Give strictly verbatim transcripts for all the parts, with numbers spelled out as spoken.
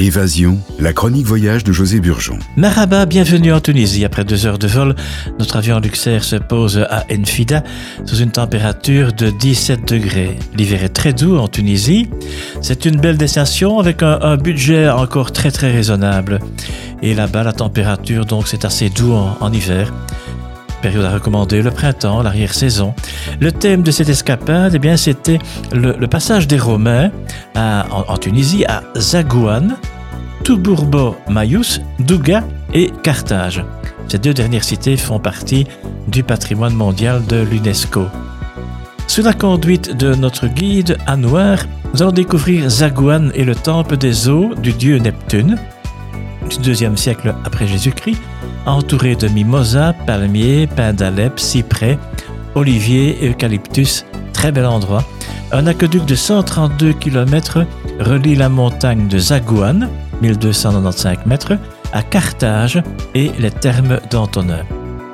Évasion, la chronique voyage de José Burgeon. Marhaba, bienvenue en Tunisie. Après deux heures de vol, notre avion Luxair se pose à Enfida sous une température de dix-sept degrés. L'hiver est très doux en Tunisie. C'est une belle destination avec un, un budget encore très très raisonnable. Et là-bas, la température, donc, c'est assez doux en, en hiver. Période à recommander, le printemps, l'arrière-saison. Le thème de cette escapade, eh bien, c'était le, le passage des Romains à, en, en Tunisie à Zagouane, Toubourbo Mayous, Douga et Carthage. Ces deux dernières cités font partie du patrimoine mondial de l'UNESCO. Sous la conduite de notre guide Anouar, nous allons découvrir Zagouane et le temple des eaux du dieu Neptune, du deuxième siècle après Jésus-Christ, entouré de mimosas, palmiers, pins d'Alep, cyprès, oliviers, eucalyptus. Très bel endroit. Un aqueduc de cent trente-deux kilomètres relie la montagne de Zagouane, mille deux cent quatre-vingt-quinze mètres, à Carthage et les thermes d'Antonin.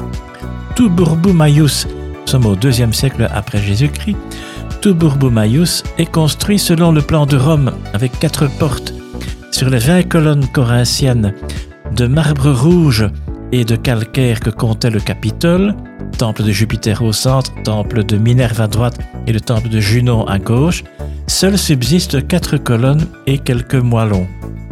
Toubourbo Mayous, nous sommes au deuxième siècle après Jésus-Christ. Toubourbo Mayous est construit selon le plan de Rome, avec quatre portes sur les vingt colonnes corinthiennes de marbre rouge et de calcaire que comptait le Capitole, temple de Jupiter au centre, temple de Minerve à droite et le temple de Junon à gauche. Seuls subsistent quatre colonnes et quelques moellons.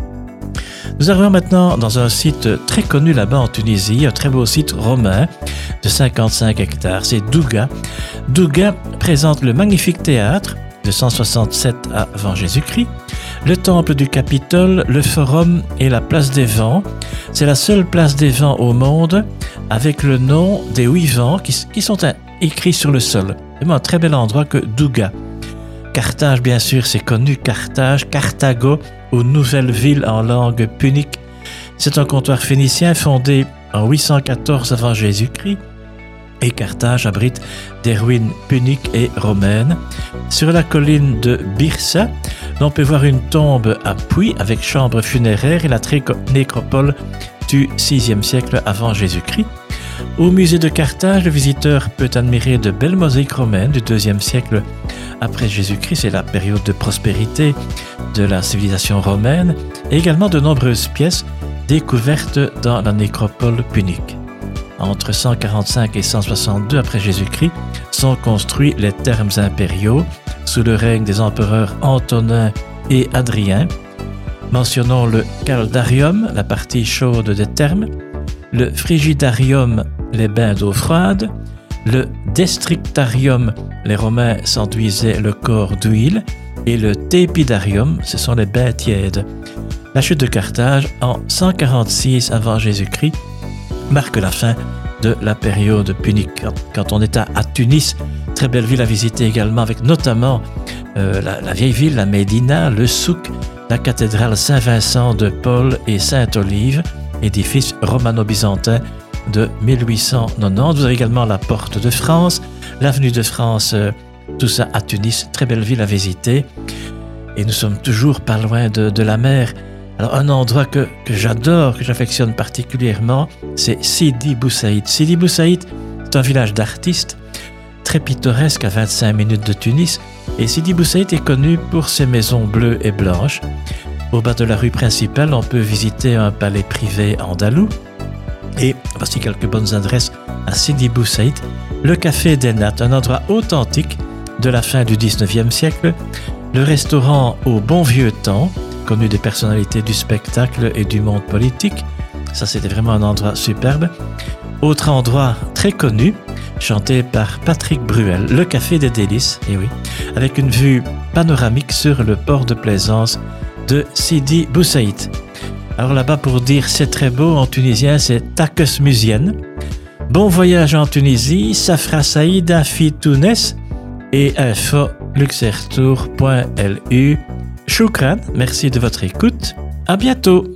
Nous arrivons maintenant dans un site très connu là-bas en Tunisie, un très beau site romain de cinquante-cinq hectares, c'est Douga. Douga présente le magnifique théâtre de cent soixante-sept avant Jésus-Christ, le temple du Capitole, le forum et la place des vents. C'est la seule place des vents au monde avec le nom des huit vents qui, qui sont un, écrits sur le sol. C'est un très bel endroit que Douga. Carthage, bien sûr, c'est connu. Carthage, Carthago, ou nouvelle ville en langue punique. C'est un comptoir phénicien fondé en huit cent quatorze avant Jésus-Christ. Et Carthage abrite des ruines puniques et romaines. Sur la colline de Byrsa, on peut voir une tombe à puits avec chambre funéraire et la nécropole du sixième siècle avant Jésus-Christ. Au musée de Carthage, le visiteur peut admirer de belles mosaïques romaines du deuxième siècle après Jésus-Christ. C'est la période de prospérité de la civilisation romaine et également de nombreuses pièces découvertes dans la nécropole punique. Entre cent quarante-cinq et cent soixante-deux après Jésus-Christ sont construits les thermes impériaux sous le règne des empereurs Antonin et Adrien. Mentionnons le caldarium, la partie chaude des thermes, le frigidarium, les bains d'eau froide, le destrictarium, les Romains s'enduisaient le corps d'huile, et le tépidarium, ce sont les bains tièdes. La chute de Carthage en cent quarante-six avant Jésus-Christ marque la fin de la période punique. Quand on est à, à Tunis, très belle ville à visiter également, avec notamment euh, la, la vieille ville, la Médina, le souk, la cathédrale Saint-Vincent de Paul et Sainte-Olive, édifice romano-byzantin de mille huit cent quatre-vingt-dix. Vous avez également la Porte de France, l'avenue de France, euh, tout ça à Tunis, très belle ville à visiter. Et nous sommes toujours pas loin de, de la mer. Alors, un endroit que, que j'adore, que j'affectionne particulièrement, c'est Sidi Bou Saïd. Sidi Bou Saïd, c'est un village d'artistes, très pittoresque à vingt-cinq minutes de Tunis. Et Sidi Bou Saïd est connu pour ses maisons bleues et blanches. Au bas de la rue principale, on peut visiter un palais privé andalou. Et voici quelques bonnes adresses à Sidi Bou Saïd. Le Café des Nattes, un endroit authentique de la fin du dix-neuvième siècle. Le restaurant Au Bon Vieux Temps, connu des personnalités du spectacle et du monde politique. Ça, c'était vraiment un endroit superbe. Autre endroit très connu, chanté par Patrick Bruel, le Café des Délices, et oui, avec une vue panoramique sur le port de plaisance de Sidi Bou Saïd. Alors là-bas, pour dire c'est très beau, en tunisien, c'est Takes Musien. Bon voyage en Tunisie, Safra Saïda fi Tunis et info luxairtour point l u. Choukran, merci de votre écoute. À bientôt.